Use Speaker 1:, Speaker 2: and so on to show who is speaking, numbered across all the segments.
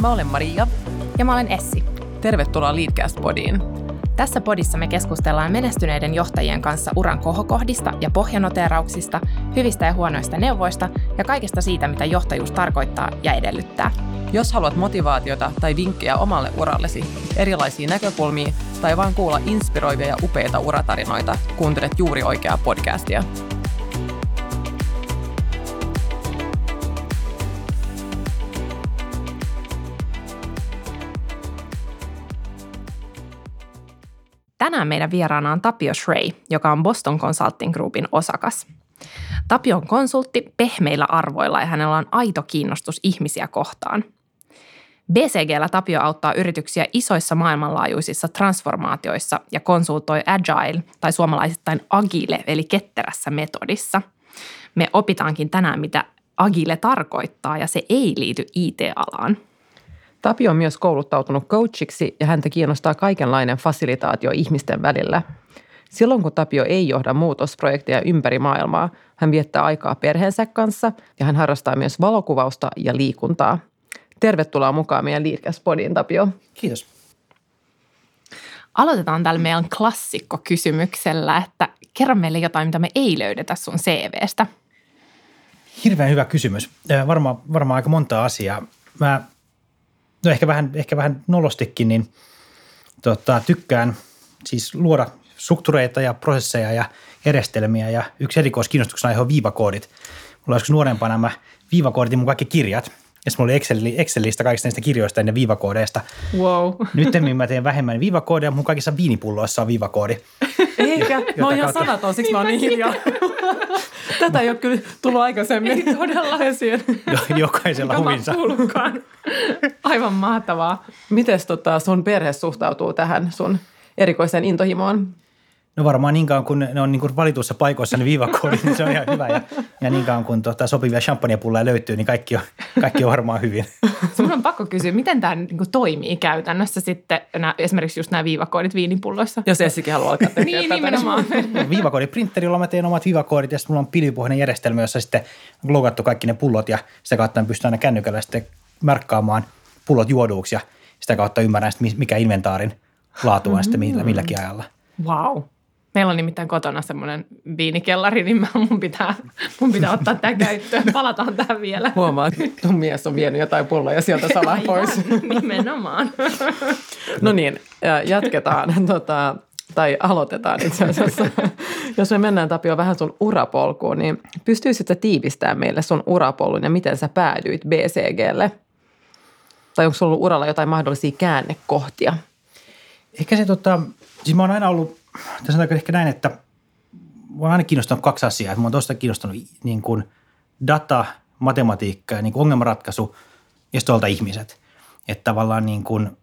Speaker 1: Mä olen Maria.
Speaker 2: Ja mä olen Essi.
Speaker 1: Tervetuloa Leadcast-podiin.
Speaker 2: Tässä podissa me keskustellaan menestyneiden johtajien kanssa uran kohokohdista ja pohjanoteerauksista, hyvistä ja huonoista neuvoista ja kaikesta siitä, mitä johtajuus tarkoittaa ja edellyttää.
Speaker 1: Jos haluat motivaatiota tai vinkkejä omalle urallesi, erilaisia näkökulmia tai vaan kuulla inspiroivia ja upeita uratarinoita, kuuntelet juuri oikeaa podcastia.
Speaker 2: Tänään meidän vieraana on Tapio Shrey, joka on Boston Consulting Groupin osakas. Tapio on konsultti pehmeillä arvoilla ja hänellä on aito kiinnostus ihmisiä kohtaan. BCG:llä Tapio auttaa yrityksiä isoissa maailmanlaajuisissa transformaatioissa ja konsultoi agile tai suomalaisittain agile eli ketterässä metodissa. Me opitaankin tänään, mitä agile tarkoittaa ja se ei liity IT-alaan.
Speaker 1: Tapio on myös kouluttautunut coachiksi ja häntä kiinnostaa kaikenlainen fasilitaatio ihmisten välillä. Silloin kun Tapio ei johda muutosprojekteja ympäri maailmaa, hän viettää aikaa perheensä kanssa ja hän harrastaa myös valokuvausta ja liikuntaa. Tervetuloa mukaan meidän Leadcast-podiin, Tapio.
Speaker 3: Kiitos.
Speaker 2: Aloitetaan tällä meidän klassikkokysymyksellä, että kerro meille jotain, mitä me ei löydetä sun CVstä.
Speaker 3: Hirveän hyvä kysymys. Varmaan aika monta asiaa. Ehkä vähän nolostikin, niin tykkään siis luoda struktureita ja prosesseja ja järjestelmiä ja yksi erikoiskiinnostuksena aihe on viivakoodit. Mulla joskus nuorempana mä viivakooditin mun kaikki kirjat ja sitten mulla oli Excelistä kaikista näistä kirjoista ennen viivakoodeista.
Speaker 2: Wow.
Speaker 3: Nyt mä teen vähemmän viivakoodeja, mun kaikissa viinipulloissa on viivakoodi.
Speaker 1: Eikä, mä oon ihan sanaton, siksi mä oon niin hiljaa. Tätä ei ole kyllä tullut aikaisemmin.
Speaker 2: Ei todella esiin.
Speaker 3: Jokaisella huvinsa.
Speaker 2: Aivan mahtavaa.
Speaker 1: Mites sun perhe suhtautuu tähän sun erikoiseen intohimoon?
Speaker 3: No varmaan niin kauan, kun ne on niin kuin valituissa paikoissa ne viivakoodit, niin se on ihan hyvä. Ja niin kauan, kun sopivia champagnepulloja löytyy, niin kaikki on varmaan hyvin.
Speaker 2: Sinun on pakko kysyä, miten tämä niin kuin toimii käytännössä sitten, esimerkiksi just nämä viivakoodit viinipulloissa?
Speaker 1: Jos Essikin haluaa alkaa tekemään
Speaker 2: niin, nimenomaan.
Speaker 3: Viivakoodiprintteri, jolla mä teen omat viivakoodit ja sitten mulla on pilvipohjainen järjestelmä, jossa sitten on logattu kaikki ne pullot ja sitä kautta pystyy aina kännykällä sitten merkkaamaan pullot juoduuksi ja sitä kautta ymmärrän sitten, mikä inventaarin laatu on sitten milläkin ajalla.
Speaker 2: Wow. Meillä on nimittäin kotona semmoinen viinikellari, niin mun pitää ottaa tämä käyttöön. Palataan tähän vielä.
Speaker 1: Huomaat, että mies on vienyt jotain pulloja sieltä salaa pois.
Speaker 2: Nimenomaan.
Speaker 1: No niin, jatketaan tai aloitetaan itse asiassa. Jos me mennään, Tapio, vähän sun urapolkuun, niin pystyisitkö tiivistämään meille sun urapolun ja miten sä päädyit BCG:lle? Tai onko sulla ollut uralla jotain mahdollisia käännekohtia?
Speaker 3: Ehkä se siis mä oon aina ollut, sanotaanko ehkä näin, että mä oon aina kiinnostunut kaksi asiaa. Mä oon tuosta kiinnostunut niin kuin data, matematiikka ja niin kuin ongelmanratkaisu ja sitten ihmiset. Että tavallaan niin kuin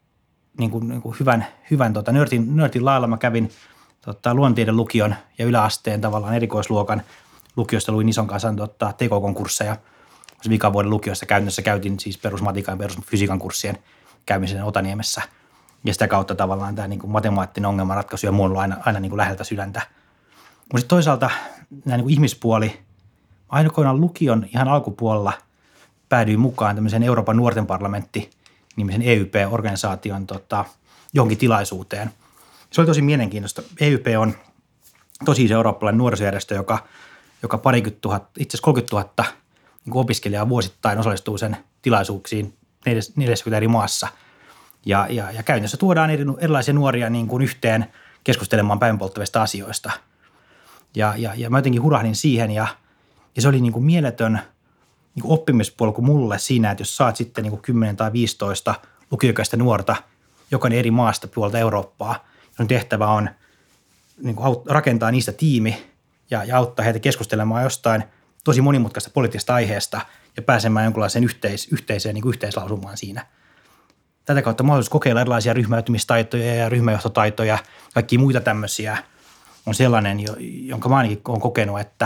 Speaker 3: hyvän nörtin lailla mä kävin luonteiden lukion ja yläasteen tavallaan erikoisluokan lukiosta luin ison kansan TK-kursseja. Vikavuoden lukiossa käytännössä käytin siis perusmatiikan ja perusfysiikan kurssien käymisen Otaniemessä. Ja sitä kautta tavallaan tämä niin kuin matemaattinen ongelmanratkaisu ja muu on ollut aina niin kuin läheltä sydäntä. Mutta sitten toisaalta nämä niin kuin ihmispuoli, ainoastaan lukion ihan alkupuolella päädyin mukaan tämmöiseen Euroopan nuorten parlamentti-nimisen EYP-organisaation johonkin tilaisuuteen. Se oli tosi mielenkiintoista. EYP on tosi iso eurooppalainen nuorisojärjestö, joka parikymmentä tuhatta, itse asiassa 30 000 niin kuin opiskelijaa vuosittain osallistuu sen tilaisuuksiin 40 eri maassa. Ja käytännössä tuodaan erilaisia nuoria niin kuin yhteen keskustelemaan päivänpolttavista asioista. Ja mä jotenkin hurahdin siihen ja se oli niin kuin mieletön niin kuin oppimispolku mulle siinä, että jos saat sitten niin kuin 10 tai 15 lukioikäistä nuorta, jokainen eri maasta puolta Eurooppaa, sun tehtävä on niin kuin rakentaa niistä tiimi ja auttaa heitä keskustelemaan jostain tosi monimutkaista poliittisesta aiheesta ja pääsemään jonkinlaiseen yhteiseen niin kuin yhteislausumaan siinä. Tätä kautta mahdollisuus kokeilla erilaisia ryhmäytymistaitoja ja ryhmäjohtotaitoja, kaikki muita tämmöisiä on sellainen, jonka mä ainakin olen kokenut, että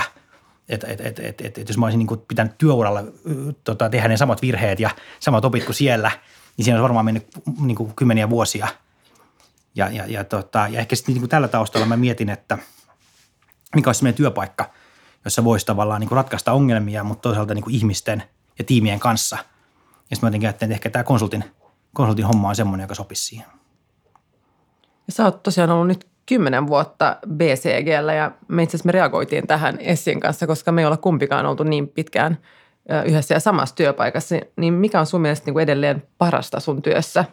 Speaker 3: jos mä olisin niin kuin pitänyt työuralla tehdä ne samat virheet ja samat opit kuin siellä, niin siinä olisi varmaan mennyt niin kuin kymmeniä vuosia. Ja ehkä sitten niin kuin tällä taustalla mä mietin, että mikä olisi sellainen työpaikka, jossa voisi tavallaan niin kuin ratkaista ongelmia, mutta toisaalta niin kuin ihmisten ja tiimien kanssa. Ja sitten mä jotenkin ajattelin, että ehkä tämä konsultin konsultin homma on semmoinen, joka sopisi siihen.
Speaker 1: Ja sä oot tosiaan ollut nyt 10 vuotta BCG:llä ja me itse asiassa me reagoitiin tähän Essin kanssa, koska me ei olla kumpikaan oltu niin pitkään yhdessä ja samassa työpaikassa. Niin mikä on sun mielestä niin kuin edelleen parasta sun työssä?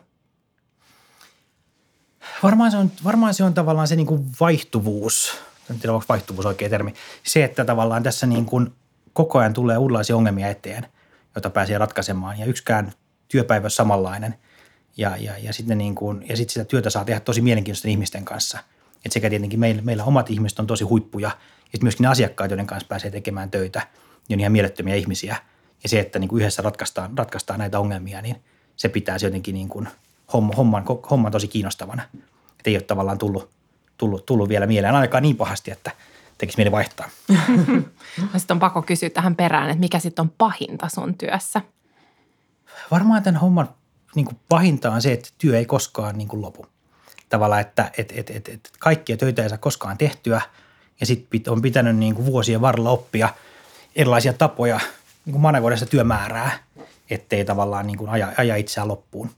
Speaker 3: Varmaan se on tavallaan se niin kuin vaihtuvuus. En tiedä, onko vaihtuvuus oikea termi. Se, että tavallaan tässä niin kuin koko ajan tulee uudenlaisia ongelmia eteen, joita pääsee ratkaisemaan. Ja yksikään työpäivä on samanlainen. Ja sitten sit sitä työtä saa tehdä tosi mielenkiintoisten ihmisten kanssa. Et sekä tietenkin meillä omat ihmiset on tosi huippuja. Ja sitten myöskin ne asiakkaat, joiden kanssa pääsee tekemään töitä, niin on ihan mielettömiä ihmisiä. Ja se, että niin kuin yhdessä ratkaistaan näitä ongelmia, niin se pitää se jotenkin niin kuin homman tosi kiinnostavana. Että ei ole tavallaan tullut vielä mieleen ainakaan niin pahasti, että tekisi mieli vaihtaa.
Speaker 2: Sitten on pakko kysyä tähän perään, että mikä sitten on pahinta sun työssä?
Speaker 3: Varmaan tämän homman niin kuin pahinta on se, että työ ei koskaan niin kuin lopu. Tavallaan, että kaikkia töitä ei saa koskaan tehtyä ja sitten on pitänyt niin kuin vuosien varrella oppia erilaisia tapoja niin kuin managoida sitä työmäärää, ettei tavallaan niin kuin aja itseään loppuun.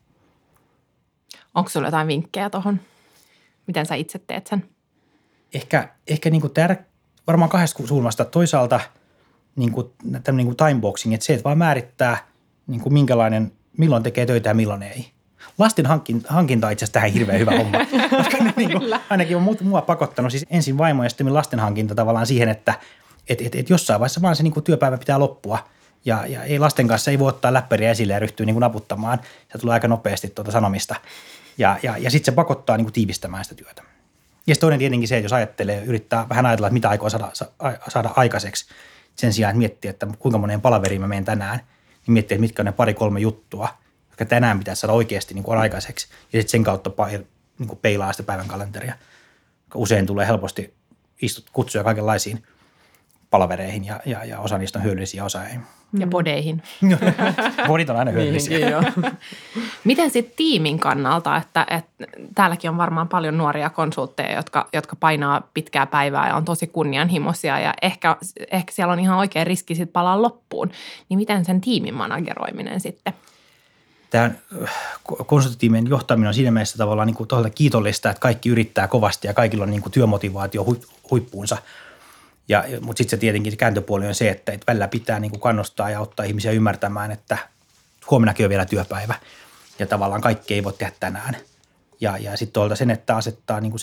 Speaker 2: Onko sulla jotain vinkkejä tuohon? Miten sä itse teet sen?
Speaker 3: Ehkä niin kuin varmaan kahdesta suunnasta. Toisaalta niin kuin timeboxing, että se, että vaan määrittää niin kuin milloin tekee töitä ja milloin ei. Lasten hankinta on itse asiassa tähän hirveän hyvä homma, koska ne niin kuin, ainakin on mua pakottanut siis ensin vaimo ja sitten lasten hankinta tavallaan siihen, että jossain vaiheessa vaan se niin kuin työpäivä pitää loppua ja ei lasten kanssa ei voi ottaa läppäriä esille ja ryhtyä niin kuin naputtamaan. Se tulee aika nopeasti sanomista ja sitten se pakottaa niin kuin tiivistämään sitä työtä. Ja toinen tietenkin se, että jos yrittää vähän ajatella, että mitä aikoo saada aikaiseksi sen sijaan, että miettii, että kuinka moneen palaveriin mä menen tänään, niin miettii, että mitkä on ne 2-3 juttua, jotka tänään pitäisi saada oikeasti niin kuin aikaiseksi. Ja sitten sen kautta niin kuin peilaa sitä päivän kalenteria. Usein tulee helposti kutsuja kaikenlaisiin palavereihin ja osa niistä on hyödyllisiä, osa ei.
Speaker 2: Ja bodeihin.
Speaker 3: Bodit on aina hyödyllisiä.
Speaker 2: Miten sitten tiimin kannalta, että täälläkin on varmaan paljon nuoria konsultteja, jotka painaa pitkää päivää ja on tosi kunnianhimoisia ja ehkä siellä on ihan oikea riski sitten palaa loppuun. Niin miten sen tiimin manageroiminen sitten?
Speaker 3: Tämän konsulttitiimin johtaminen on siinä mielessä tavallaan niin kuin kiitollista, että kaikki yrittää kovasti ja kaikilla on niin kuin työmotivaatio huippuunsa. Mutta sitten se tietenkin kääntöpuoli on se, että välillä pitää niin kuin kannustaa ja ottaa ihmisiä ymmärtämään, että huomennakin on vielä työpäivä ja tavallaan kaikki ei voi tehdä tänään. Ja sitten tuolta sen, että asettaa niin kuin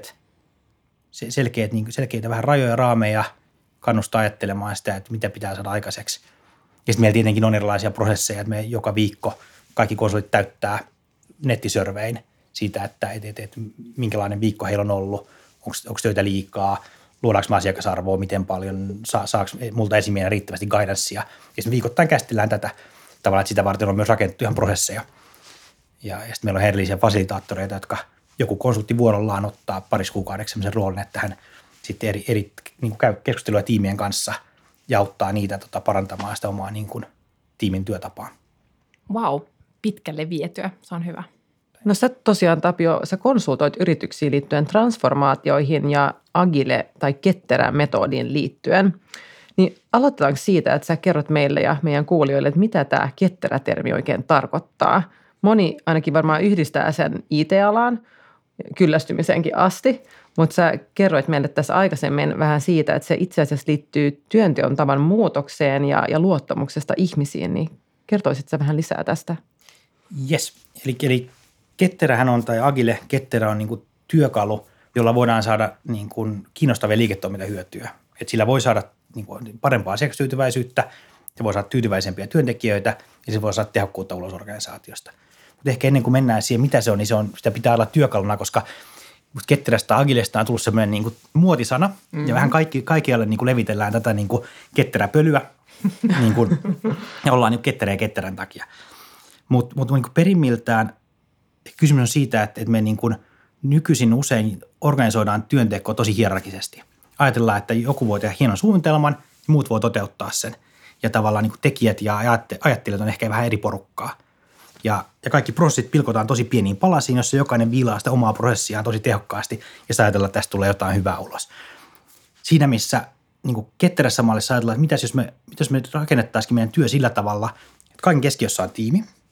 Speaker 3: selkeitä vähän rajoja ja raameja, kannustaa ajattelemaan sitä, että mitä pitää saada aikaiseksi. Ja sitten meillä tietenkin on erilaisia prosesseja, että me joka viikko kaikki konsultit täyttää nettisörvein siitä, että minkälainen viikko heillä on ollut, onko töitä liikaa, luodaanko me asiakasarvoa, miten paljon, saako multa esimiehen riittävästi guidancea. Ja sitten viikoittain käsitellään tätä tavallaan, että sitä varten on myös rakennettu ihan prosesseja. Ja sitten meillä on erillisiä fasilitaattoreita, jotka joku konsultti vuorollaan ottaa parissa kuukaudeksi sellaisen roolin, että hän sitten eri niin käy keskustelua tiimien kanssa ja auttaa niitä parantamaan sitä omaa niin kuin, tiimin työtapaa.
Speaker 2: Vau, pitkälle vietyä. Se on hyvä.
Speaker 1: No sä tosiaan, Tapio, sä konsultoit yrityksiin liittyen transformaatioihin ja agile- tai ketterään metodiin liittyen. Niin aloitetaanko siitä, että sä kerrot meille ja meidän kuulijoille, että mitä tämä ketterä-termi oikein tarkoittaa? Moni ainakin varmaan yhdistää sen IT-alaan kyllästymiseenkin asti, mutta sä kerroit meille tässä aikaisemmin vähän siitä, että se itse asiassa liittyy työnteon tavan muutokseen ja luottamuksesta ihmisiin, niin kertoisit sä vähän lisää tästä?
Speaker 3: Yes, eli ketterähän on, tai agile ketterä on niin kuin työkalu, jolla voidaan saada niin kuin kiinnostavia liiketoimintahyötyjä. Et sillä voi saada niin kuin parempaa asiakastyytyväisyyttä, se voi saada tyytyväisempiä työntekijöitä ja se voi saada tehokkuutta ulos organisaatiosta. Mutta ehkä ennen kuin mennään siihen, mitä se on, niin sitä pitää olla työkaluna, koska ketterästä agilesta on tullut semmoinen niin kuin muotisana ja vähän kaikkialle niin kuin levitellään tätä niin kuin ketteräpölyä niin kuin, ja ollaan niin ketterä ja ketterän takia. Mutta niin kuin perimmiltään kysymys on siitä, että me niin kuin nykyisin usein organisoidaan työntekoa tosi hierarkisesti. Ajatellaan, että joku voi tehdä hienon suunnitelman ja muut voi toteuttaa sen. Ja tavallaan niin kuin tekijät ja ajattelijat on ehkä vähän eri porukkaa. Ja kaikki prosessit pilkotaan tosi pieniin palasiin, jossa jokainen viilaa sitä omaa prosessiaan tosi tehokkaasti ja ajatellaan, että tästä tulee jotain hyvää ulos. Siinä missä niin kuin ketterässä mallissa ajatellaan, että mitäs jos me rakennettaisikin meidän työ sillä tavalla, että kaiken keskiössä on tiimi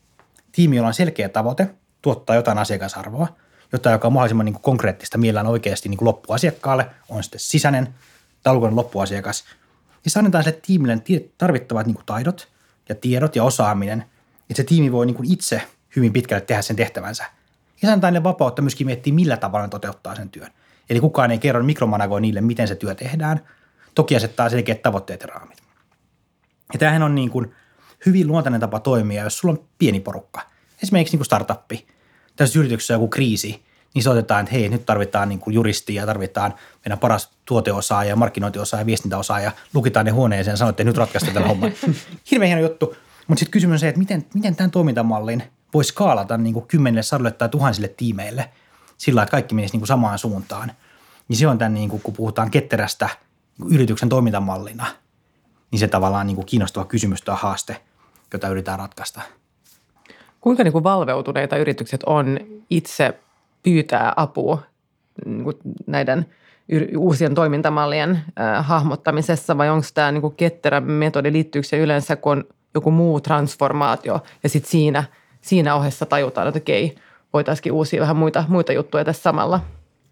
Speaker 3: tiimi, jolla on selkeä tavoite tuottaa jotain asiakasarvoa, jotain, joka on mahdollisimman niin kuin konkreettista mielellään oikeasti niin kuin loppuasiakkaalle, on sitten sisäinen tai ulkoinen loppuasiakas. Ja se annetaan sille tiimille tarvittavat niin kuin taidot ja tiedot ja osaaminen, että se tiimi voi niin kuin itse hyvin pitkälle tehdä sen tehtävänsä. Ja se antaa niille vapautta myöskin miettiä, millä tavalla ne toteuttaa sen työn. Eli kukaan ei kerro mikromanagoi niille, miten se työ tehdään. Toki asettaa selkeät tavoitteet ja raamit. Ja tämähän on niin kuin hyvin luontainen tapa toimia, jos sulla on pieni porukka. Esimerkiksi niin kuin startuppi. Tässä yrityksessä on joku kriisi, niin se otetaan, että hei, nyt tarvitaan niin kuin juristia, tarvitaan meidän paras tuoteosaaja, markkinointiosaaja, viestintäosaaja, lukitaan ne huoneeseen ja sanotaan, että nyt ratkaistaan tämän homman. Hirveän hieno juttu, mutta sitten kysymys on se, että miten tämän toimintamallin voi skaalata niin kuin 10, 100 tai 1000 tiimeille sillä, että kaikki menisi niin kuin samaan suuntaan. Niin se on tämän, niin kuin, kun puhutaan ketterästä niin yrityksen toimintamallina, niin se tavallaan niin kuin kiinnostava kysymys tai haaste, jota yritetään ratkaista.
Speaker 1: Kuinka niin kuin valveutuneita yritykset on itse pyytää apua niin kuin näiden uusien toimintamallien hahmottamisessa, vai onko tämä niin kuin ketterä metodi, liittyykö se yleensä, kun on joku muu transformaatio ja sitten siinä ohessa tajutaan, että okei, voitaisiin uusia vähän muita juttuja tässä samalla?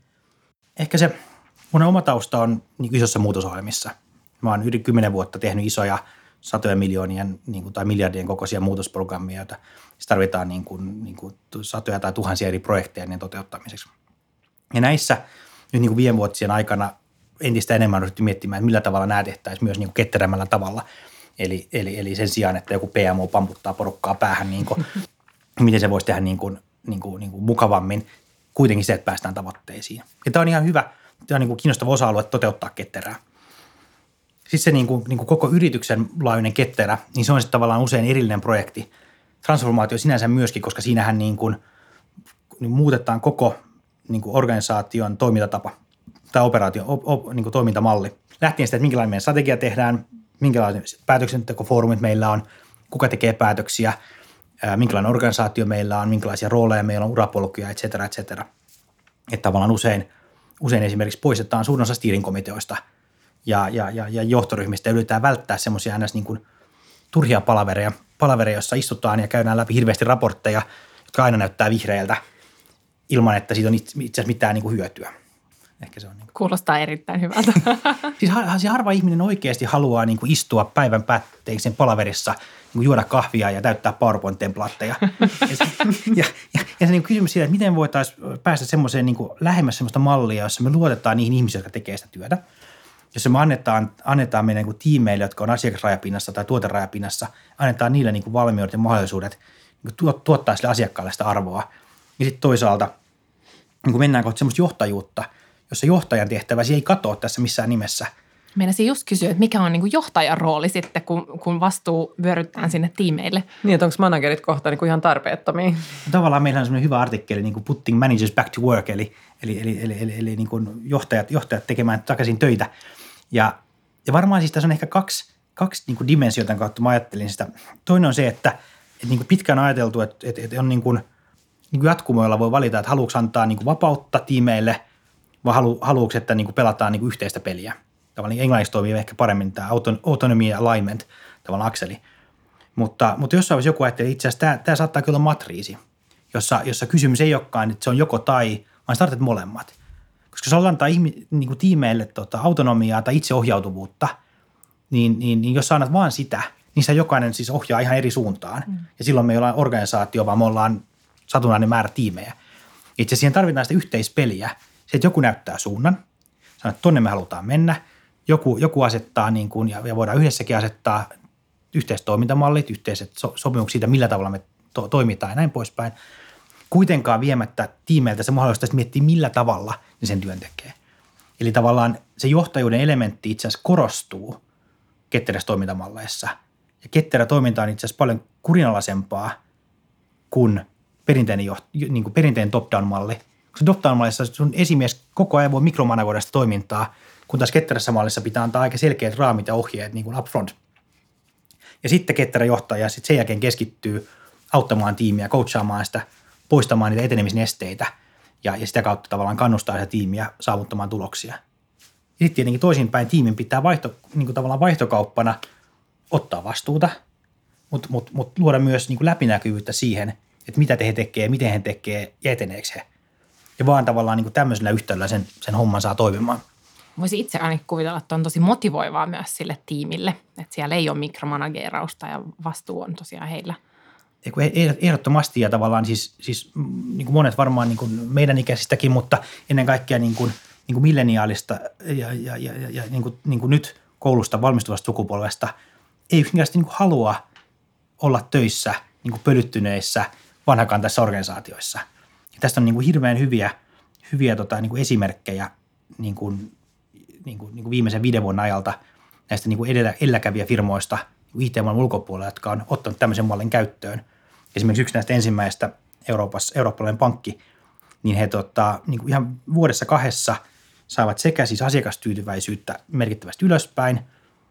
Speaker 3: Ehkä se mun oma tausta on niin isossa muutosohjelmissa. Mä oon yli 10 vuotta tehnyt isoja satojen miljoonien niin kuin, tai miljardien kokoisia muutosprogrammeja, joita tarvitaan niin kuin satoja tai tuhansia eri projekteja niiden toteuttamiseksi. Ja näissä nyt niin kuin viime vuotien aikana entistä enemmän ryhtyy miettimään, että millä tavalla nämä tehtäisiin myös niin kuin ketterämmällä tavalla. Eli sen sijaan, että joku PMO pamputtaa porukkaa päähän, niin kuin, miten se voisi tehdä niin kuin mukavammin, kuitenkin se, että päästään tavoitteisiin. Ja tämä on ihan hyvä, tämä on niin kuin kiinnostava osa-alue toteuttaa ketterää. Sitten se niin kuin koko yrityksen laajuinen ketterä, niin se on sitten tavallaan usein erillinen projekti. Transformaatio sinänsä myöskin, koska siinähän niin kuin muutetaan koko niin kuin organisaation toimintatapa tai operaation niin kuin toimintamalli. Lähtien sitä, että minkälainen meidän strategia tehdään, minkälaiset päätöksentekofoorumit meillä on, kuka tekee päätöksiä, minkälainen organisaatio meillä on, minkälaisia rooleja meillä on, urapolkuja, et cetera, et cetera. Että tavallaan usein esimerkiksi poistetaan suurin osa steering-komiteoista ja johtoryhmistä ja yritetään välttää semmoisia ns. Niin kuin turhia palavereja, joissa istutaan ja käydään läpi hirveästi raportteja, jotka aina näyttää vihreältä ilman, että siitä on itse asiassa mitään niin kuin hyötyä. Ehkä se on niin kuin.
Speaker 2: Kuulostaa erittäin hyvältä.
Speaker 3: Siis harva ihminen oikeasti haluaa niin kuin istua päivän päätteisen palaverissa, niin kuin juoda kahvia ja täyttää PowerPoint-templaatteja. ja se niin kysymys siitä, että miten voitaisiin päästä semmoiseen niin kuin lähemmäs semmoista mallia, jossa me luotetaan niihin ihmisiin, jotka tekee sitä työtä. Jos me annetaan meidän niin kuin tiimeille, jotka on asiakasrajapinnassa tai tuoterajapinnassa, annetaan niille niin kuin valmiudet ja mahdollisuudet niin kuin tuottaa sille asiakkaalle sitä arvoa. Ja sitten toisaalta niin kuin mennään kohti semmoista johtajuutta, jossa johtajan tehtävä ei katoa tässä missään nimessä.
Speaker 2: Meinasin just kysyä, että mikä on niin kuin johtajan rooli sitten, kun vastuu vyöryttää sinne tiimeille.
Speaker 1: Niin, että onko managerit kohta niin kuin ihan tarpeettomia?
Speaker 3: Tavallaan meillä on semmoinen hyvä artikkeli, niin kuin Putting Managers Back to Work, eli niin kuin johtajat tekemään takaisin töitä. Ja varmaan siis tässä on ehkä kaksi niin kuin dimensiota, kautta mä ajattelin sitä. Toinen on se, että niin kuin pitkään ajateltu, että on niin kuin jatkumoilla voi valita, että haluatko antaa niin kuin vapautta tiimeille vai haluatko, että niin kuin pelataan niin kuin yhteistä peliä. Tavallaan englanniksi toimii ehkä paremmin tämä autonomy ja alignment, tavallaan akseli. Mutta jossain vaiheessa joku ajatteli, itse asiassa tämä saattaa kyllä olla matriisi, jossa kysymys ei olekaan, että se on joko tai, vaan startat molemmat. Koska jos antaa niin kuin tiimeille autonomiaa tai itseohjautuvuutta, niin jos sä annat vaan sitä, niin sä jokainen siis ohjaa ihan eri suuntaan. Ja silloin me ei olla organisaatio, vaan me ollaan satunnainen määrä tiimejä. Itse asiassa siihen tarvitaan sitä yhteispeliä. Se, että joku näyttää suunnan, sanoo, että tonne me halutaan mennä. Joku asettaa, niin kuin, ja voidaan yhdessäkin asettaa yhteiset toimintamallit, yhteiset sopimukset siitä, millä tavalla me toimitaan ja näin poispäin. Kuitenkaan viemättä tiimeiltä se mahdollistaa miettiä, millä tavalla ne sen työn tekee. Eli tavallaan se johtajuuden elementti itse asiassa korostuu ketterässä toimintamalleissa. Ja ketterä toiminta on itse asiassa paljon kurinalaisempaa kuin perinteinen top-down-malli. Koska top-down-mallissa sun esimies koko ajan voi mikromanagoida sitä toimintaa, kun taas ketterässä mallissa pitää antaa aika selkeät raamit ja ohjeet niin kuin upfront. Ja sitten ketterä johtaja sitten sen jälkeen keskittyy auttamaan tiimiä, coachaamaan sitä, poistamaan niitä etenemisen esteitä ja sitä kautta tavallaan kannustaa sitä tiimiä saavuttamaan tuloksia. Ja sitten tietenkin toisinpäin tiimin pitää niin kuin tavallaan vaihtokauppana ottaa vastuuta, mutta luoda myös niin kuin läpinäkyvyyttä siihen, että mitä he tekee, miten he tekee ja eteneekö he. Ja vaan tavallaan niin kuin tämmöisellä yhtälöllä sen homman saa toimimaan.
Speaker 2: Voisi itse ainakin kuvitella, että on tosi motivoivaa myös sille tiimille, että siellä ei ole mikromanageerausta ja vastuu on tosiaan heillä.
Speaker 3: Ehdottomasti ja tavallaan siis niin kuin monet varmaan niin kuin meidän ikäisistäkin, mutta ennen kaikkea niin kuin milleniaalista ja niin kuin nyt koulusta valmistuvasta sukupolvesta ei yksinkertaisesti niin kuin halua olla töissä niin kuin pölyttyneissä vanhakantaisissa organisaatioissa. Ja tästä on niin kuin hirveän hyviä niin kuin esimerkkejä niin kuin viimeisen 5 vuoden ajalta näistä niin kuin edelläkävijä firmoista IT-maailman ulkopuolella, jotka on ottanut tämmöisen mallin käyttöön. Esimerkiksi yksi näistä ensimmäistä eurooppalainen pankki, niin he niin kuin ihan 1-2 vuodessa saavat sekä siis asiakastyytyväisyyttä merkittävästi ylöspäin.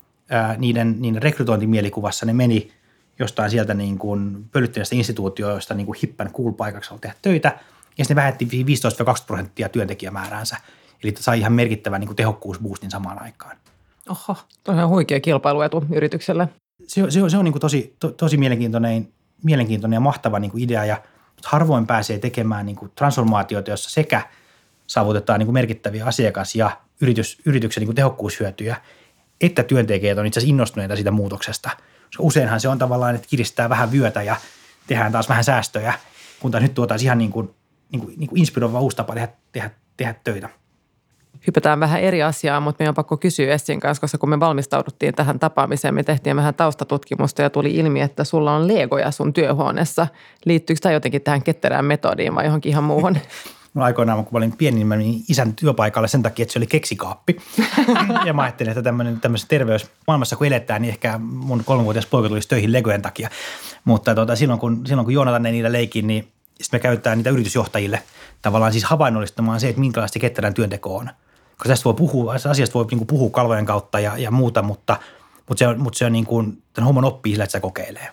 Speaker 3: Niiden rekrytointimielikuvassa ne meni jostain sieltä niin kuin pölyttyneestä instituutioista niin kuin hippän cool-paikaksi tehdä töitä, ja sitten ne vähetti 15-20% työntekijämääräänsä. Eli sai ihan merkittävän niin kuin tehokkuusboostin samaan aikaan.
Speaker 1: Oho, toi on ihan huikea kilpailuetu yritykselle.
Speaker 3: Se on niin kuin tosi mielenkiintoinen ja mahtava niin kuin idea, ja harvoin pääsee tekemään niin kuin transformaatioita, jossa sekä saavutetaan niin kuin merkittäviä asiakas- ja yrityksen niin kuin tehokkuushyötyjä, että työntekijät on itse asiassa innostuneita siitä muutoksesta. Useinhan se on tavallaan, että kiristää vähän vyötä ja tehdään taas vähän säästöjä, kun taas nyt tuotaisiin ihan niin kuin inspiroiva uusi tapa tehdä töitä.
Speaker 1: Hypätään vähän eri asiaa, mutta meidän on pakko kysyä Essin kanssa, koska kun me valmistauduttiin tähän tapaamiseen, me tehtiin vähän taustatutkimusta ja tuli ilmi, että sulla on legoja sun työhuoneessa. Liittyykö tämä jotenkin tähän ketterään metodiin vai johonkin ihan muuhun?
Speaker 3: No aikoinaan, kun mä olin pieni, niin mä menin isän työpaikalle sen takia, että se oli keksikaappi. Ja mä ajattelin, että tämmöisessä terveysmaailmassa, kun eletään, niin ehkä mun 3-vuotias poika tulisi töihin legojen takia. Mutta silloin kun Joonatan ei niillä leikin, niin sitten me käytetään niitä yritysjohtajille tavallaan siis havainnollistamaan se, että minkälaista ketterän työnteko on. Koska tästä voi puhua, asiasta voi niin kuin puhua kalvojen kautta ja muuta, mutta se on niin kuin, tämän homman oppii sillä, että se kokeilee.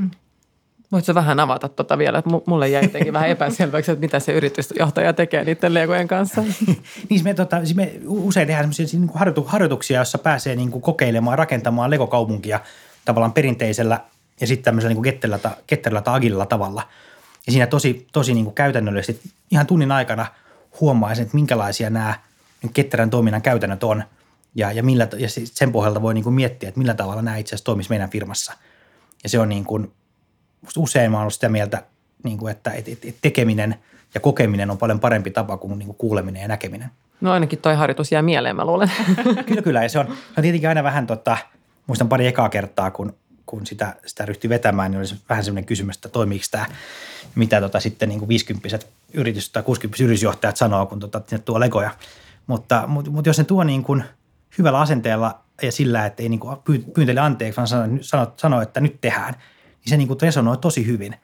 Speaker 1: Voitko vähän avata vielä? Mulle jäi jotenkin vähän epäselväksi, että mitä se yritysjohtaja tekee niiden legojen kanssa.
Speaker 3: Niin me usein tehdään sellaisia niin kuin harjoituksia, jossa pääsee niin kuin kokeilemaan, rakentamaan legokaupunkia tavallaan perinteisellä ja sitten tämmöisellä niin kuin ketterällä tai agililla tavalla. Ja siinä tosi niin kuin käytännöllisesti ihan tunnin aikana huomaa sen, että minkälaisia nämä ketterän toiminnan käytännöt on ja sen pohjalta voi niin kuin miettiä, että millä tavalla nämä itse asiassa toimisi meidän firmassa. Ja se on niin kuin, usein mä oon ollut sitä mieltä, niin kuin, että tekeminen ja kokeminen on paljon parempi tapa kuin, niin kuin kuuleminen ja näkeminen.
Speaker 1: No ainakin toi harjoitus jää mieleen, mä luulen.
Speaker 3: Kyllä. Ja se on tietenkin aina vähän, muistan pari ekaa kertaa, kun sitä ryhtyi vetämään, niin oli vähän semmoinen kysymys, että toimiiko tämä, mitä sitten niin kuin 50-vuotiaat yritys- tai 60-vuotiaat yritysjohtajat sanoo, kun sinne tuo legoja. Mutta jos ne tuo niin kuin hyvällä asenteella ja sillä, että ei niin kuin pyyntele anteeksi, vaan sanoo, että nyt tehdään, niin se niin kuin resonoi tosi hyvin.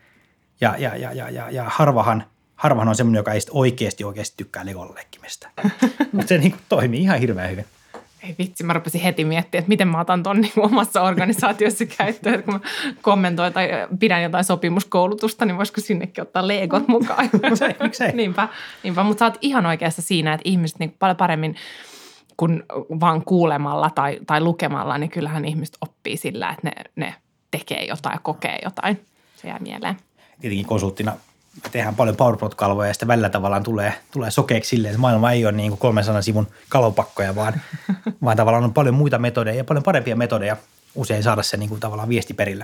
Speaker 3: Ja harvahan on semmoinen, joka ei oikeasti tykkää legolla leikkimistä. Mutta se niin kuin toimii ihan hirveän hyvin.
Speaker 2: Ei vitsi, mä rupesin heti miettimään, että miten mä otan ton niin omassa organisaatiossa käyttöön. Että kun mä kommentoin tai pidän jotain sopimuskoulutusta, niin voisiko sinnekin ottaa legot mukaan?
Speaker 3: Miksei?
Speaker 2: Niinpä. Mutta sä oot ihan oikeassa siinä, että ihmiset niin paljon paremmin kuin vaan kuulemalla tai lukemalla, niin kyllähän ihmiset oppii sillä, että ne tekee jotain ja kokee jotain. Se jää mieleen.
Speaker 3: Tietenkin konsulttina me tehdään paljon PowerPoint-kalvoja ja sitten välillä tavallaan tulee sokeeksi silleen, että maailma ei ole niin kuin 300 sivun kalvopakkoja, vaan tavallaan on paljon muita metodeja ja paljon parempia metodeja usein saada se niin kuin tavallaan viesti perille.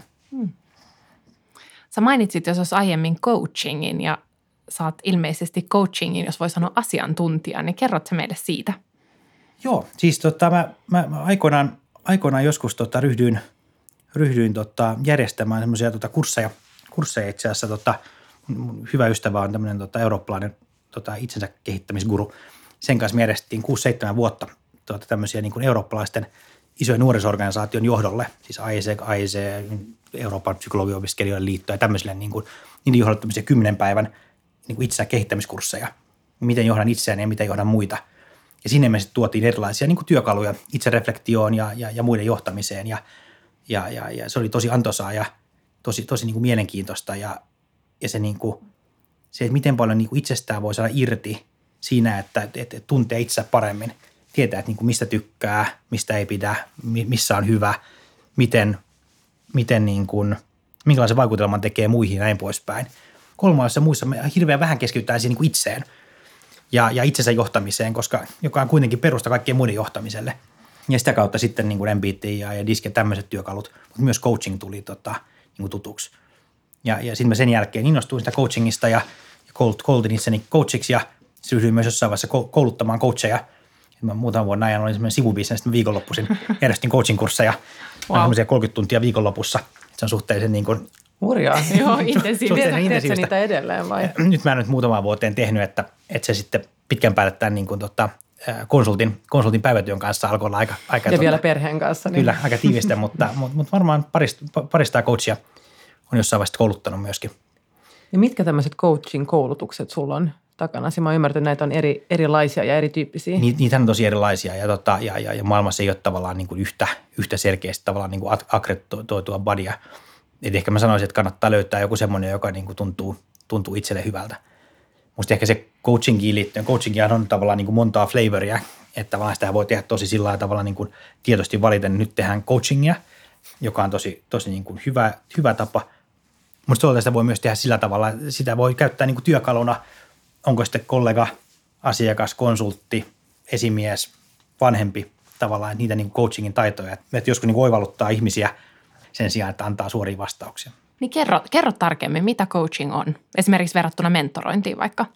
Speaker 2: Sä mainitsit jos aiemmin coachingin ja sä oot ilmeisesti coachingin, jos voi sanoa asiantuntija, niin kerrot sä meille siitä?
Speaker 3: Joo, siis mä aikoinaan joskus ryhdyin järjestämään semmoisia kursseja itse asiassa. Mun hyvä ystävä on tämmöinen eurooppalainen itsensä kehittämisguru. Sen kanssa me järjestettiin 6-7 vuotta tämmöisiä niin kuin eurooppalaisten isojen nuorisorganisaation johdolle, siis AIC, Euroopan psykologiopiskelijoiden liitto ja tämmöisille niin kuin, niiden johdolle tämmöisiä 10 päivän niin kuin itsensä kehittämiskursseja. Miten johdan itseäni ja miten johdan muita. Ja sinne me sitten tuotiin erilaisia niin kuin työkaluja itsereflektioon ja muiden johtamiseen ja se oli tosi antoisaa ja tosi niin kuin mielenkiintoista ja se, niin kuin, se, että miten paljon niin kuin itsestään voi saada irti siinä, että tuntee itse paremmin, tietää, että niin kuin mistä tykkää, mistä ei pidä, missä on hyvä, miten niin kuin, minkälaisen vaikutelman tekee muihin ja näin poispäin. kolmannessa muissa me hirveän vähän keskitytään siihen niin kuin itseen ja itsensä johtamiseen, joka on kuitenkin perusta kaikkien muiden johtamiselle. Ja sitä kautta sitten niin kuin MBTI ja DISC ja tämmöiset työkalut, mutta myös coaching tuli niin kuin tutuksi. Ja sitten mä sen jälkeen innostuin sitä coachingista ja koulutin itseni coachiksi ja ryhdyin myös jossain vaiheessa kouluttamaan coacheja. Mä muutaman vuoden ajan olin semmoinen sivubisnes, että mä viikonloppuisin järjestin coaching-kursseja. Wow. 30 tuntia viikonlopussa. Se on suhteellisen niin kuin
Speaker 2: hurjaa. Joo, intensiivistä.
Speaker 1: Teetkö sä niitä edelleen vai?
Speaker 3: Nyt mä en nyt muutamaan vuoteen tehnyt, että se sitten pitkän päälle tämän niin kuin konsultin päivätyön kanssa alkoi olla aika
Speaker 1: ja vielä perheen kanssa. Niin.
Speaker 3: Kyllä, aika tiivistä, mutta varmaan parista coachia on jossain vaiheessa kouluttanut myöskin.
Speaker 1: Ja mitkä tämmöiset coaching-koulutukset sulla on takana? Mä oon ymmärtänyt, että näitä on erilaisia ja erityyppisiä.
Speaker 3: Niitä on tosi erilaisia ja maailmassa ei ole tavallaan niin kuin yhtä selkeästi tavallaan niin kuin akkreditoitua bodya. Et ehkä mä sanoisin, että kannattaa löytää joku semmoinen, joka niin kuin tuntuu itselle hyvältä. Musta ehkä se coachingiin liittyen, coachingihan on tavallaan niin kuin montaa flavoria, että tavallaan sitä voi tehdä tosi sillä lailla tavalla niin kuin tietoisesti valiten. Nyt tehdään coachingia, joka on tosi niin kuin hyvä tapa. Musta sitä voi myös tehdä sillä tavalla, sitä voi käyttää niin kuin työkaluna, onko sitten kollega, asiakas, konsultti, esimies, vanhempi tavallaan, niitä niin kuin coachingin taitoja. Että joskus niin kuin oivalluttaa ihmisiä sen sijaan, että antaa suoria vastauksia.
Speaker 2: Niin kerro tarkemmin, mitä coaching on, esimerkiksi verrattuna mentorointiin vaikka?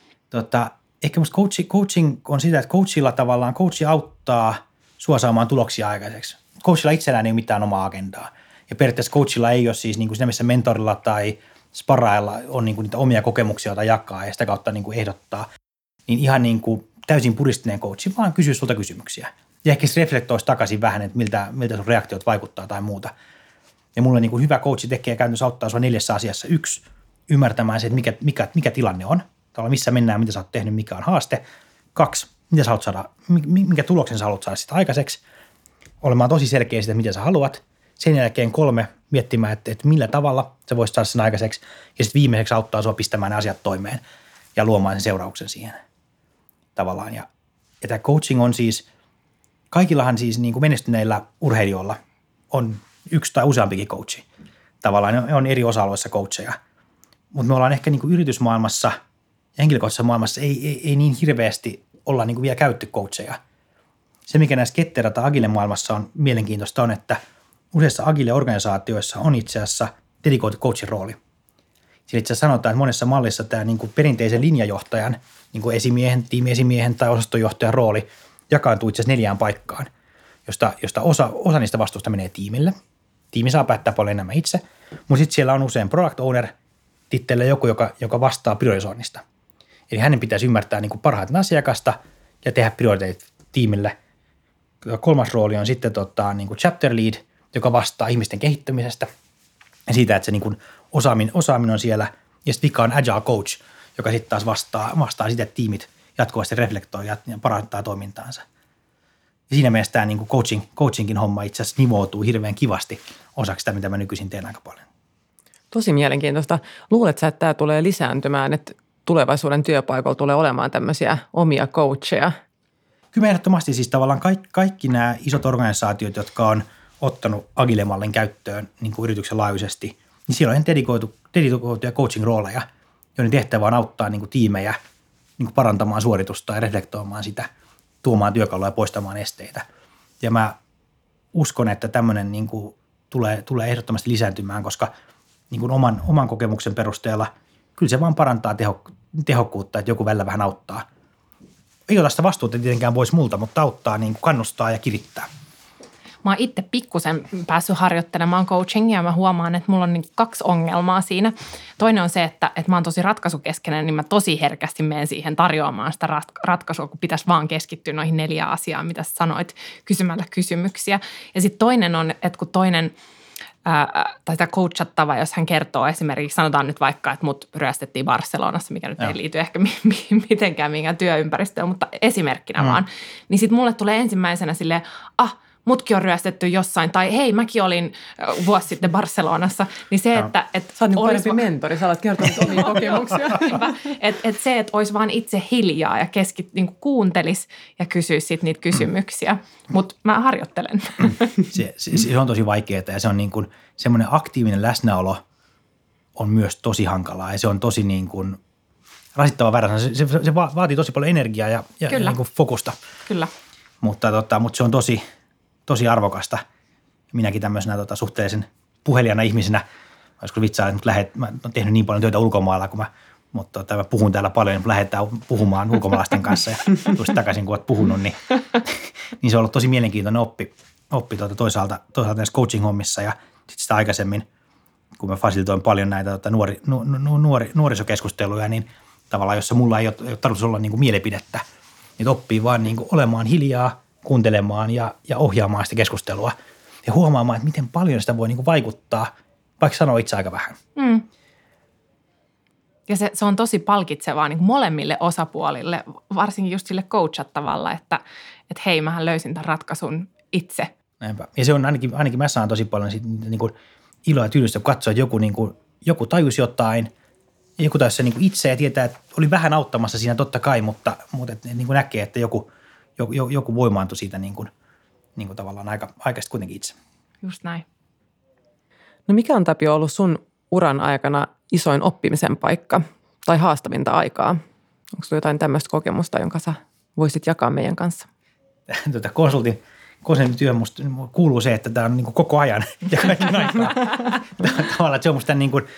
Speaker 3: Ehkä musta coaching on sitä, että coachi auttaa sua saamaan tuloksia aikaiseksi. Coachilla itsellään ei ole mitään omaa agendaa. Ja periaatteessa coachilla ei ole siis niin kuin siinä, missä mentorilla tai sparailla on niin kuin niitä omia kokemuksia, joita jakaa ja sitä kautta niin kuin ehdottaa. Niin ihan niin kuin täysin puristineen coachi, vaan kysyy sulta kysymyksiä. Ja ehkä se reflektoisi takaisin vähän, että miltä sun reaktiot vaikuttaa tai muuta. Ja mulle niin kuin hyvä coachi tekee käytännössä auttaa sua 4 asiassa. 1, ymmärtämään se, että mikä tilanne on. Tavallaan missä mennään, mitä sä oot tehnyt, mikä on haaste. 2, mitä sä haluat saada, minkä tuloksen sä haluat saada sitä aikaiseksi. Olemaan tosi selkeä siitä, mitä sä haluat. Sen jälkeen 3, miettimään, että millä tavalla sä voisit saada sen aikaiseksi. Ja sitten viimeiseksi auttaa sua pistämään ne asiat toimeen ja luomaan sen seurauksen siihen tavallaan. Ja tämä coaching on siis, kaikillahan siis niin kuin menestyneillä urheilijoilla on 1 tai useampikin coachi. Tavallaan ne on eri osa-alueissa coacheja. Mutta me ollaan ehkä niin kuin yritysmaailmassa ja henkilökohtaisessa maailmassa ei niin hirveästi olla niin kuin vielä käytetty coacheja. Se, mikä näissä ketterä tai agile maailmassa on mielenkiintoista on, että useissa agile-organisaatioissa on itse asiassa dedikoitu coachin rooli. Sillä itse asiassa sanotaan, että monessa mallissa tämä niin kuin perinteisen linjajohtajan, niin kuin esimiehen, tiimiesimiehen tai osastojohtajan rooli jakaantuu itse asiassa 4 paikkaan, josta osa niistä vastuusta menee tiimille. Tiimi saa päättää paljon enemmän itse, mutta sitten siellä on usein product owner tittellä joku, joka vastaa priorisoinnista. Eli hänen pitäisi ymmärtää niin kuin parhaiten asiakasta ja tehdä prioriteetit tiimille. 3. rooli on sitten niin kuin chapter lead, joka vastaa ihmisten kehittämisestä ja siitä, että se niin kuin osaaminen on siellä. Ja sitten vika on agile coach, joka sitten taas vastaa sitä, että tiimit jatkuvasti reflektoi ja parantaa toimintaansa. Ja siinä mielessä tämä niin kuin coachingin homma itse asiassa nivoutuu hirveän kivasti osaksi sitä, mitä mä nykyisin teen aika paljon.
Speaker 1: Tosi mielenkiintoista. Luuletko sä, että tämä tulee lisääntymään, että tulevaisuuden työpaikoilla tulee olemaan tämmöisiä omia coacheja?
Speaker 3: Kyllä ehdottomasti siis tavallaan kaikki nämä isot organisaatiot, jotka on ottanut Agile-mallin käyttöön niin kuin yrityksen laajuisesti, niin siellä on dedikoituja coaching-rooleja, joiden tehtävä on auttaa niin kuin tiimejä niin kuin parantamaan suoritusta ja reflektoimaan sitä, tuomaan työkaluja ja poistamaan esteitä. Ja mä uskon, että tämmöinen niin kuin tulee ehdottomasti lisääntymään, koska niin kuin oman kokemuksen perusteella kyllä se vaan parantaa tehokkuutta, että joku välillä vähän auttaa. Ei ota sitä vastuuta tietenkään pois multa, mutta auttaa, niin kuin kannustaa ja kirittää.
Speaker 2: Mä oon itse pikkusen päässyt harjoittelemaan coachingia ja mä huomaan, että mulla on niin 2 ongelmaa siinä. Toinen on se, että mä oon tosi ratkaisukeskeinen, niin mä tosi herkästi menen siihen tarjoamaan sitä ratkaisua, kun pitäisi vaan keskittyä noihin 4 asiaan, mitä sä sanoit, kysymällä kysymyksiä. Ja sitten toinen on, että kun toinen tai sitä coachattava, jos hän kertoo esimerkiksi, sanotaan nyt vaikka, että mut ryöstettiin Barcelonassa, mikä nyt ei liity ehkä mitenkään minkään työympäristöön, mutta esimerkkinä vaan. Niin sitten mulle tulee ensimmäisenä silleen, mutkin on ryöstetty jossain, tai hei, mäkin olin vuosi sitten Barcelonassa, niin se, että
Speaker 1: sä oot niin parempi mentori, sä olet kertonut omia kokemuksia.
Speaker 2: Että se, että olisi vaan itse hiljaa ja niin kuuntelisi ja kysyisi sitten niitä kysymyksiä, mutta mä harjoittelen.
Speaker 3: Se on tosi vaikeaa ja se on niin kuin semmoinen aktiivinen läsnäolo on myös tosi hankalaa ja se on tosi niin kuin rasittava verran. Se vaatii tosi paljon energiaa ja niin kuin fokusta.
Speaker 2: Kyllä.
Speaker 3: Mutta se on tosi arvokasta. Minäkin tämmöisenä suhteellisen puhelijana ihmisenä, olisiko vitsaa, että mä oon tehnyt niin paljon työtä ulkomailla, mutta mä puhun täällä paljon, niin lähdetään puhumaan ulkomaalaisten kanssa ja tuossa takaisin, kun olet puhunut, niin se on ollut tosi mielenkiintoinen oppi toisaalta näissä coaching-hommissa ja sitten sitä aikaisemmin, kun mä fasilitoin paljon näitä nuorisokeskusteluja, niin tavallaan, jossa mulla ei ole tarkoitus olla niin kuin mielipidettä, niin oppii vaan niin kuin olemaan hiljaa, kuuntelemaan ja ohjaamaan sitä keskustelua ja huomaamaan, että miten paljon sitä voi niin kuin vaikuttaa, vaikka sanoo itse aika vähän.
Speaker 2: Mm. Ja se on tosi palkitsevaa niin kuin molemmille osapuolille, varsinkin just sille coachattavalla, että hei, mähän löysin tämän ratkaisun itse.
Speaker 3: Näinpä. Ja se on ainakin mä saan tosi paljon niin kuin iloa ja tyydystä, kun katsoo, että joku tajusi jotain, ja joku tajusi se niin kuin itse ja tietää, että oli vähän auttamassa siinä totta kai, mutta että niin kuin näkee, että joku voimaantui siitä niin kuin tavallaan aikaisesti kuitenkin itse.
Speaker 2: Just näin.
Speaker 1: No mikä on, Tapio, ollut sun uran aikana isoin oppimisen paikka tai haastavinta aikaa? Onko sulla jotain tämmöistä kokemusta, jonka sä voisit jakaa meidän kanssa?
Speaker 3: Konsultin työ musta kuuluu se, että tämä on niin kuin koko ajan ja kaiken aikaa. Tavallaan, että se on musta niin kuin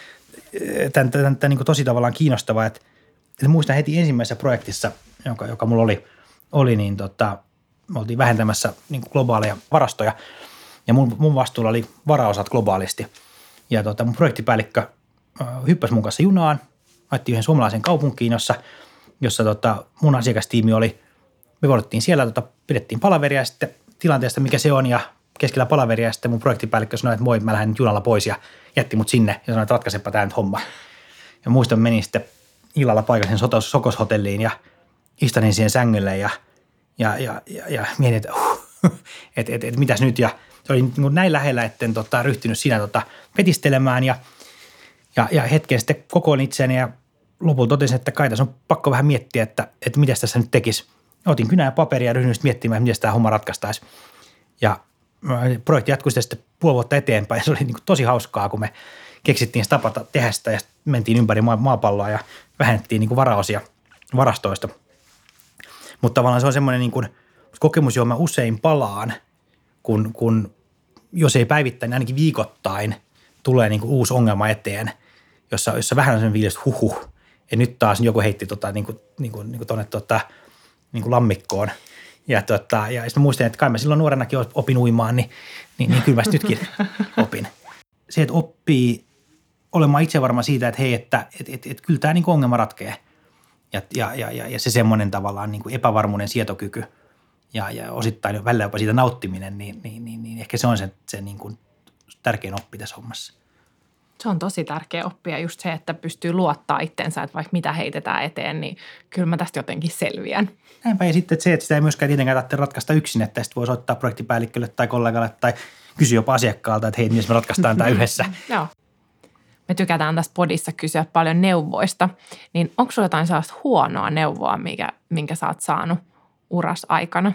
Speaker 3: tosi tavallaan kiinnostavaa, että muistan heti ensimmäisessä projektissa, joka mulla oli niin me oltiin vähentämässä niin kuin globaaleja varastoja ja mun vastuulla oli varaosat globaalisti. Ja mun projektipäällikkö hyppäsi mun kanssa junaan, laitettiin yhden suomalaisen kaupunkiin, jossa mun asiakastiimi oli, me volittiin siellä, pidettiin palaveria sitten tilanteesta, mikä se on ja keskellä palaveria ja sitten mun projektipäällikkö sanoi, että moi, mä lähden nyt junalla pois ja jätti mut sinne ja sanoi, että ratkaisepa tää nyt homma. Ja muistan, menin sitten illalla paikallisen Sokoshotelliin ja istanin siihen sängylle ja mietin, että mitäs nyt ja se oli niin näin lähellä, etten ryhtynyt siinä petistelemään ja hetken sitten kokoilin itseäni ja lopulta totesin, että kai tässä on pakko vähän miettiä, että mitä tässä nyt tekisi. Otin kynää ja paperia ja ryhdyin miettimään, miten tämä homma ratkaistaisi. Ja projekti jatkui sitten puoli vuotta eteenpäin ja se oli niin kuin tosi hauskaa, kun me keksittiin tapa tehdä sitä ja mentiin ympäri maapalloa ja vähennettiin niin kuin varaosia varastoista. Mutta tavallaan se on semmoinen niin kuin kokemus, johon mä usein palaan, kun jos ei päivittäin, niin ainakin viikoittain tulee niin kuin uusi ongelma eteen, jossa vähän on sen viilestä ja nyt taas joku heitti tuonne lammikkoon. Ja sitten mä muistan, että kai mä silloin nuorenakin opin uimaan, niin kyllä mä nytkin opin. Se, että oppii olemaan itse varma siitä, että hei, että kyllä tämä niin kuin ongelma ratkeaa. Ja se semmoinen tavallaan niin kuin epävarmuuden sietokyky ja osittain välillä jopa siitä nauttiminen, niin ehkä se on se niin kuin tärkein oppi tässä hommassa.
Speaker 2: Se on tosi tärkeä oppia just se, että pystyy luottaa itsensä, että vaikka mitä heitetään eteen, niin kyllä mä tästä jotenkin selviän.
Speaker 3: Näinpä ja sitten että sitä ei myöskään tietenkään tarvitse ratkaista yksin, että sitten voi soittaa projektipäällikölle tai kollegalle tai kysyä jopa asiakkaalta, että hei, miten me ratkaistaan tämä yhdessä.
Speaker 2: Joo. Me tykätään tässä podissa kysyä paljon neuvoista, niin onko sulla jotain sellaista huonoa neuvoa, minkä sä oot saanut uras aikana?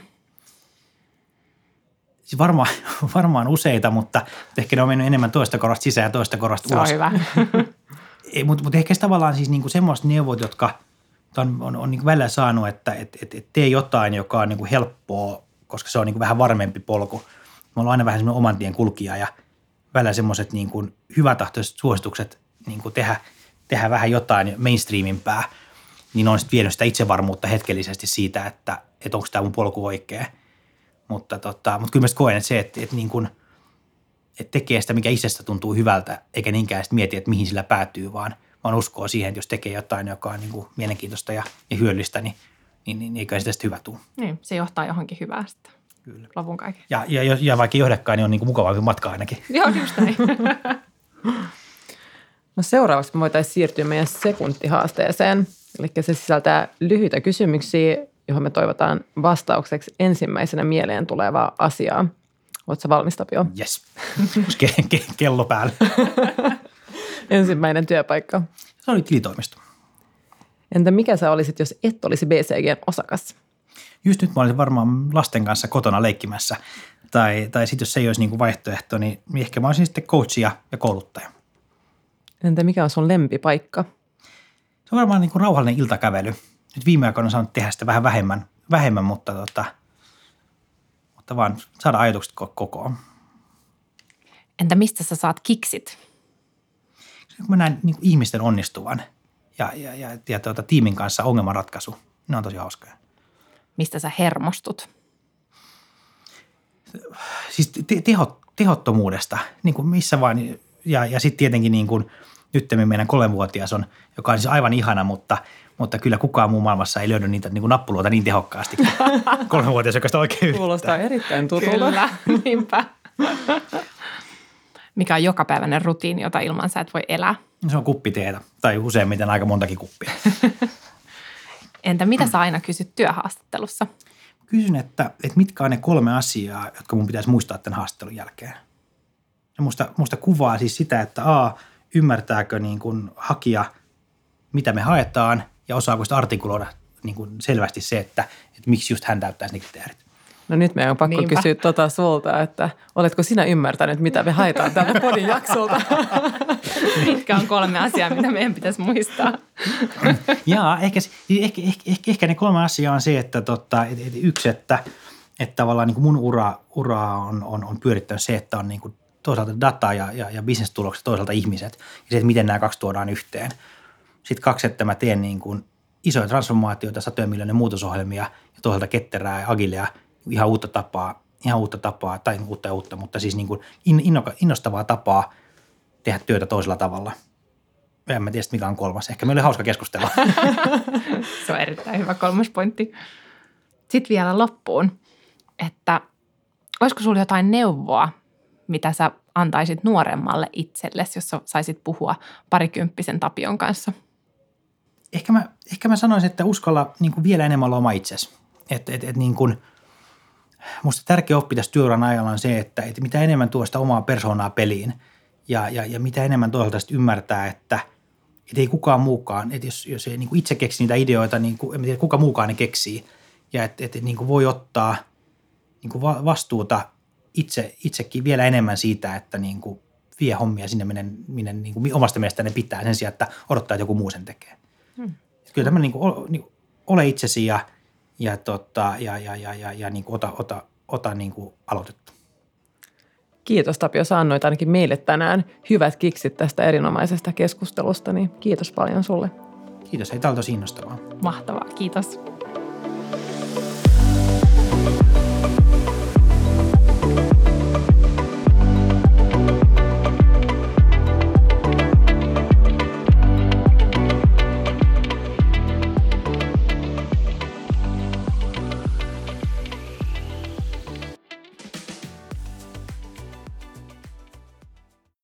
Speaker 3: Siis varmaan useita, mutta ehkä ne on mennyt enemmän toista korvasta sisään ja toista korvasta ulos.
Speaker 2: Se on hyvä.
Speaker 3: Mutta ehkä tavallaan siis niinku semmoiset neuvot, jotka on niinku välillä saanut, että tee jotain, joka on niinku helppoa, koska se on niinku vähän varmempi polku. Mä oon aina vähän semmoinen oman tien kulkija ja välillä semmoiset niinku hyvätahtoiset suositukset niinku tehdä vähän jotain mainstreamimpää, niin on sitten vienyt sitä itsevarmuutta hetkellisesti siitä, että onko tämä mun polku oikea. Mutta kyllä mä koen, että se, että tekee sitä, mikä itsestä tuntuu hyvältä, eikä niinkään sitten mieti, että mihin sillä päätyy, vaan uskoo siihen, että jos tekee jotain, joka on niin kuin mielenkiintoista ja hyödyllistä, niin eikä sitä sitten hyvä tule.
Speaker 2: Niin, se johtaa johonkin hyvään sitten.
Speaker 3: Kyllä.
Speaker 2: Lopun kaiken.
Speaker 3: Ja vaikka ei johdakaan, niin on niin kuin mukavampi matka ainakin.
Speaker 2: Joo, just näin.
Speaker 1: No seuraavaksi me voitaisiin siirtyä meidän sekuntihaasteeseen. Eli se sisältää lyhyitä kysymyksiä, johon me toivotaan vastaukseksi ensimmäisenä mieleen tulevaa asiaa. Oletko valmis, Tapio?
Speaker 3: Jes. Kello päällä.
Speaker 1: Ensimmäinen työpaikka.
Speaker 3: Se oli tilitoimisto.
Speaker 1: Entä mikä sä olisit, jos et olisi BCG:n osakas?
Speaker 3: Just nyt mä olisin varmaan lasten kanssa kotona leikkimässä. Tai sitten jos se ei olisi niin kuin vaihtoehto, niin ehkä mä olisin sitten coach ja kouluttaja.
Speaker 1: Entä mikä on sun lempipaikka?
Speaker 3: Se on varmaan niin kuin rauhallinen iltakävely. Nyt viime aikoina on saanut tehdä sitä vähän vähemmän mutta vaan saada ajatukset kokoon.
Speaker 2: Entä mistä sä saat kiksit?
Speaker 3: Kun mä näen niin kuin ihmisten onnistuvan ja tiimin kanssa ongelmanratkaisu, ne on tosi hauskoja.
Speaker 2: Mistä sä hermostut?
Speaker 3: Siis tehottomuudesta, niin kuin missä vaan. Ja sitten tietenkin niin kuin nyttemmin meidän 3-vuotias on, joka on siis aivan ihana, mutta kyllä kukaan muu maailmassa ei löydy niitä niin kuin nappuloita niin tehokkaasti kuin 3-vuotias, joka sitä oikein yrittää.
Speaker 1: Kuulostaa erittäin tutulta.
Speaker 2: Kyllä, niinpä. Mikä on jokapäiväinen rutiini, jota ilman sä et voi elää?
Speaker 3: Se on kuppiteetä tai useimmiten aika montakin kuppia.
Speaker 2: Entä mitä sä aina kysyt työhaastattelussa?
Speaker 3: Kysyn, että mitkä on ne 3 asiaa, jotka mun pitäisi muistaa tämän haastattelun jälkeen. Ja musta kuvaa siis sitä, että ymmärtääkö niin kuin hakija, mitä me haetaan ja osaako sitä artikuloida niin kuin selvästi se, että miksi just hän täyttäisi ne kriteerit.
Speaker 1: No nyt meidän on pakko kysyä sulta, että oletko sinä ymmärtänyt, mitä me haetaan tältä podin jaksolta?
Speaker 2: Mitkä on 3 asiaa, mitä meidän pitäisi muistaa?
Speaker 3: Jaa, ehkä ne 3 asiaa on se, että yksi, että tavallaan niin kuin mun ura on pyörittänyt se, että on niin kuin toisaalta data ja bisnestulokset, toisaalta ihmiset ja se, että miten nämä 2 tuodaan yhteen. Sitten 2, että mä teen niin kuin isoja transformaatioita, 100 miljoonan muutosohjelmia ja toisaalta ketterää ja agilea, ihan uutta tapaa, tai uutta, mutta siis niin kuin innostavaa tapaa tehdä työtä toisella tavalla. En mä tiedä, mikä on 3. Ehkä meillä oli hauska keskustella.
Speaker 2: Se on erittäin hyvä 3. pointti. Sitten vielä loppuun, että olisiko sulla jotain neuvoa, mitä sä antaisit nuoremmalle itsellesi, jos sä saisit puhua 20-kympppisen Tapion kanssa?
Speaker 3: Ehkä mä sanoisin, että uskalla niin kuin vielä enemmän olla oma itsesi. Niin kuin, musta tärkeä oppi tässä työuran ajalla on se, että mitä enemmän tuo sitä omaa persoonaa peliin ja mitä enemmän toisaalta ymmärtää, että ei kukaan muukaan, että jos ei niin kuin itse keksi niitä ideoita, niin kuin, en tiedä, kuka muukaan ne keksii. Ja että niin kuin voi ottaa niin kuin vastuuta itsekin vielä enemmän siitä, että niin kuin vie hommia sinne, minne niin kuin omasta mielestä ne pitää sen sijaan, että odottaa, että joku muu sen tekee. Kyllä tämmöinen niin kuin ole itsesi ja niin kuin ota niin kuin aloitetta.
Speaker 1: Kiitos Tapio, sä annoit ainakin meille tänään hyvät kiksit tästä erinomaisesta keskustelusta, niin kiitos paljon sulle.
Speaker 3: Kiitos, tämä oli tosi innostavaa.
Speaker 2: Mahtavaa, kiitos.